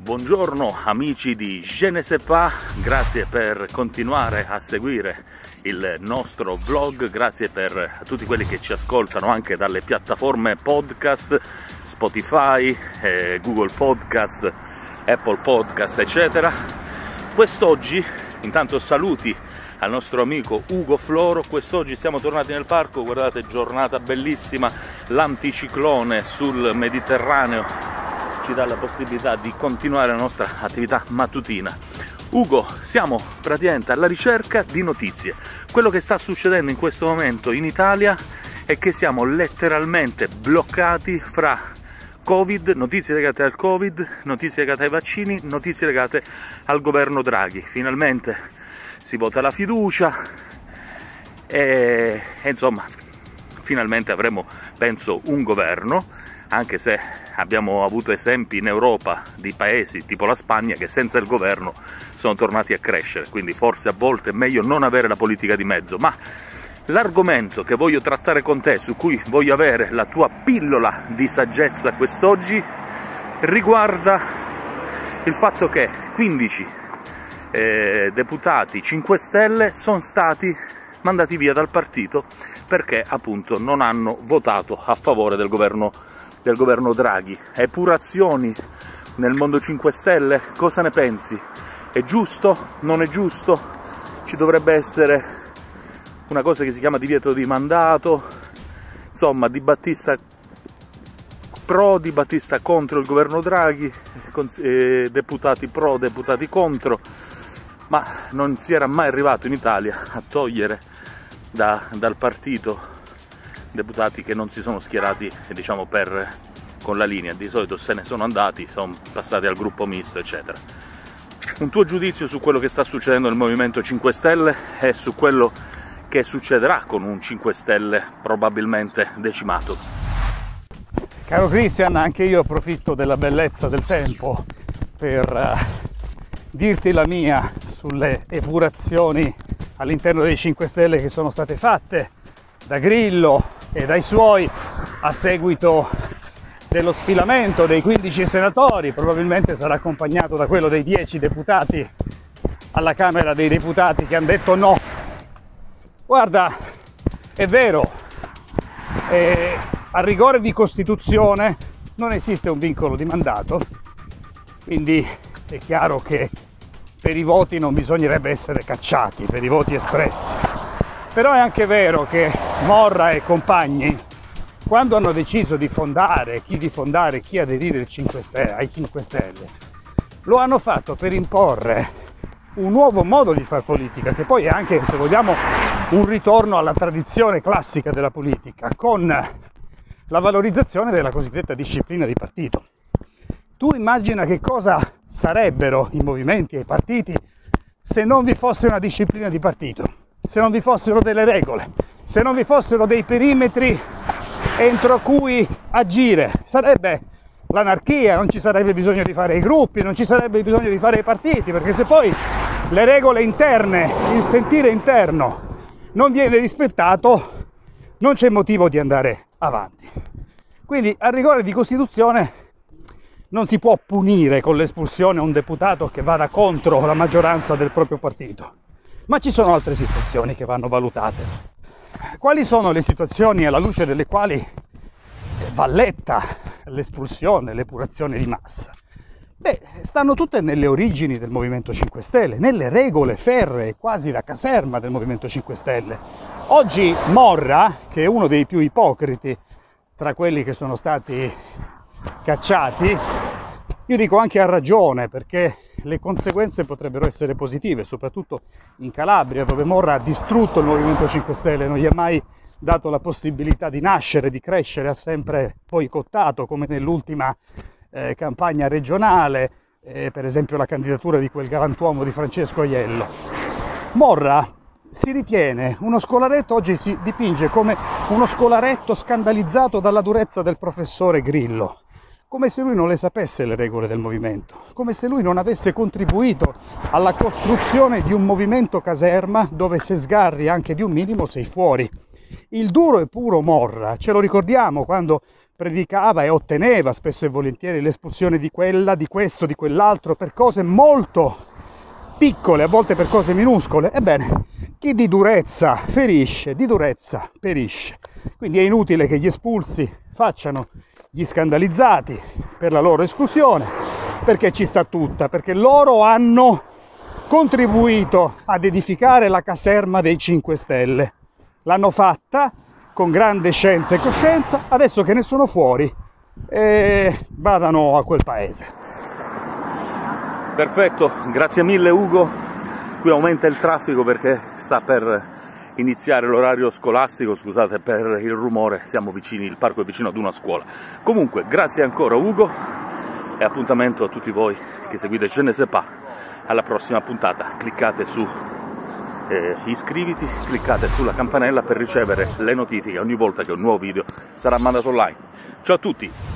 Buongiorno amici di Je ne sais pas, grazie per continuare a seguire il nostro vlog, grazie per tutti quelli che ci ascoltano anche dalle piattaforme podcast, Spotify, Google Podcast, Apple Podcast, eccetera. Quest'oggi, intanto saluti al nostro amico Ugo Floro, quest'oggi siamo tornati nel parco, guardate, giornata bellissima, l'anticiclone sul Mediterraneo ci dà la possibilità di continuare la nostra attività mattutina. Ugo, siamo praticamente alla ricerca di notizie. Quello che sta succedendo in questo momento in Italia è che siamo letteralmente bloccati fra Covid, notizie legate al Covid, notizie legate ai vaccini, notizie legate al governo Draghi. Finalmente si vota la fiducia e insomma, finalmente avremo, penso, un governo, anche se abbiamo avuto esempi in Europa di paesi tipo la Spagna che senza il governo sono tornati a crescere, quindi forse a volte è meglio non avere la politica di mezzo. Ma l'argomento che voglio trattare con te, su cui voglio avere la tua pillola di saggezza quest'oggi, riguarda il fatto che 15 deputati 5 Stelle sono stati mandati via dal partito perché appunto non hanno votato a favore del governo Draghi. Epurazioni nel mondo 5 Stelle, cosa ne pensi? È giusto? Non è giusto? Ci dovrebbe essere una cosa che si chiama divieto di mandato, insomma, Di Battista pro, Di Battista contro il governo Draghi, deputati pro, deputati contro, ma non si era mai arrivato in Italia a togliere dal partito deputati che non si sono schierati, diciamo, con la linea. Di solito se ne sono andati, sono passati al gruppo misto, eccetera. Un tuo giudizio su quello che sta succedendo nel Movimento 5 Stelle e su quello che succederà con un 5 Stelle probabilmente decimato? Caro Christian, anche io approfitto della bellezza del tempo per dirti la mia sulle epurazioni all'interno dei 5 Stelle che sono state fatte da Grillo e dai suoi a seguito dello sfilamento dei 15 senatori, probabilmente sarà accompagnato da quello dei 10 deputati alla Camera dei Deputati che hanno detto no. Guarda, è vero, a rigore di Costituzione non esiste un vincolo di mandato, quindi è chiaro che per i voti non bisognerebbe essere cacciati, per i voti espressi. Però è anche vero che Morra e compagni, quando hanno deciso di fondare, chi aderire ai 5 Stelle, lo hanno fatto per imporre un nuovo modo di fare politica, che poi è anche, se vogliamo, un ritorno alla tradizione classica della politica, con la valorizzazione della cosiddetta disciplina di partito. Tu immagina che cosa sarebbero i movimenti e i partiti se non vi fosse una disciplina di partito, se non vi fossero delle regole, se non vi fossero dei perimetri entro cui agire. Sarebbe l'anarchia, non ci sarebbe bisogno di fare i gruppi, non ci sarebbe bisogno di fare i partiti, perché se poi le regole interne, il sentire interno non viene rispettato, non c'è motivo di andare avanti. Quindi a rigore di Costituzione non si può punire con l'espulsione un deputato che vada contro la maggioranza del proprio partito, ma ci sono altre situazioni che vanno valutate. Quali sono le situazioni alla luce delle quali va letta l'espulsione, l'epurazione di massa? Beh, stanno tutte nelle origini del Movimento 5 Stelle, nelle regole ferree, quasi da caserma del Movimento 5 Stelle. Oggi Morra, che è uno dei più ipocriti tra quelli che sono stati cacciati, io dico anche a ragione, perché le conseguenze potrebbero essere positive, soprattutto in Calabria, dove Morra ha distrutto il Movimento 5 Stelle, non gli ha mai dato la possibilità di nascere, di crescere, ha sempre boicottato, come nell'ultima campagna regionale, per esempio la candidatura di quel galantuomo di Francesco Aiello. Morra si ritiene uno scolaretto, oggi si dipinge come uno scolaretto scandalizzato dalla durezza del professore Grillo, come se lui non le sapesse le regole del movimento, come se lui non avesse contribuito alla costruzione di un movimento caserma dove se sgarri anche di un minimo sei fuori. Il duro e puro Morra, ce lo ricordiamo quando predicava e otteneva spesso e volentieri l'espulsione di quella, di questo, di quell'altro, per cose molto piccole, a volte per cose minuscole. Ebbene, chi di durezza ferisce, di durezza perisce. Quindi è inutile che gli espulsi facciano gli scandalizzati per la loro esclusione, perché ci sta tutta, perché loro hanno contribuito ad edificare la caserma dei 5 Stelle. L'hanno fatta con grande scienza e coscienza, adesso che ne sono fuori vadano a quel paese. Perfetto, grazie mille Ugo. Qui aumenta il traffico perché sta per iniziare l'orario scolastico, scusate per il rumore, siamo vicini, il parco è vicino ad una scuola. Comunque, grazie ancora Ugo e appuntamento a tutti voi che seguite Je ne sais pas. Alla prossima puntata, cliccate su iscriviti, cliccate sulla campanella per ricevere le notifiche ogni volta che un nuovo video sarà mandato online. Ciao a tutti!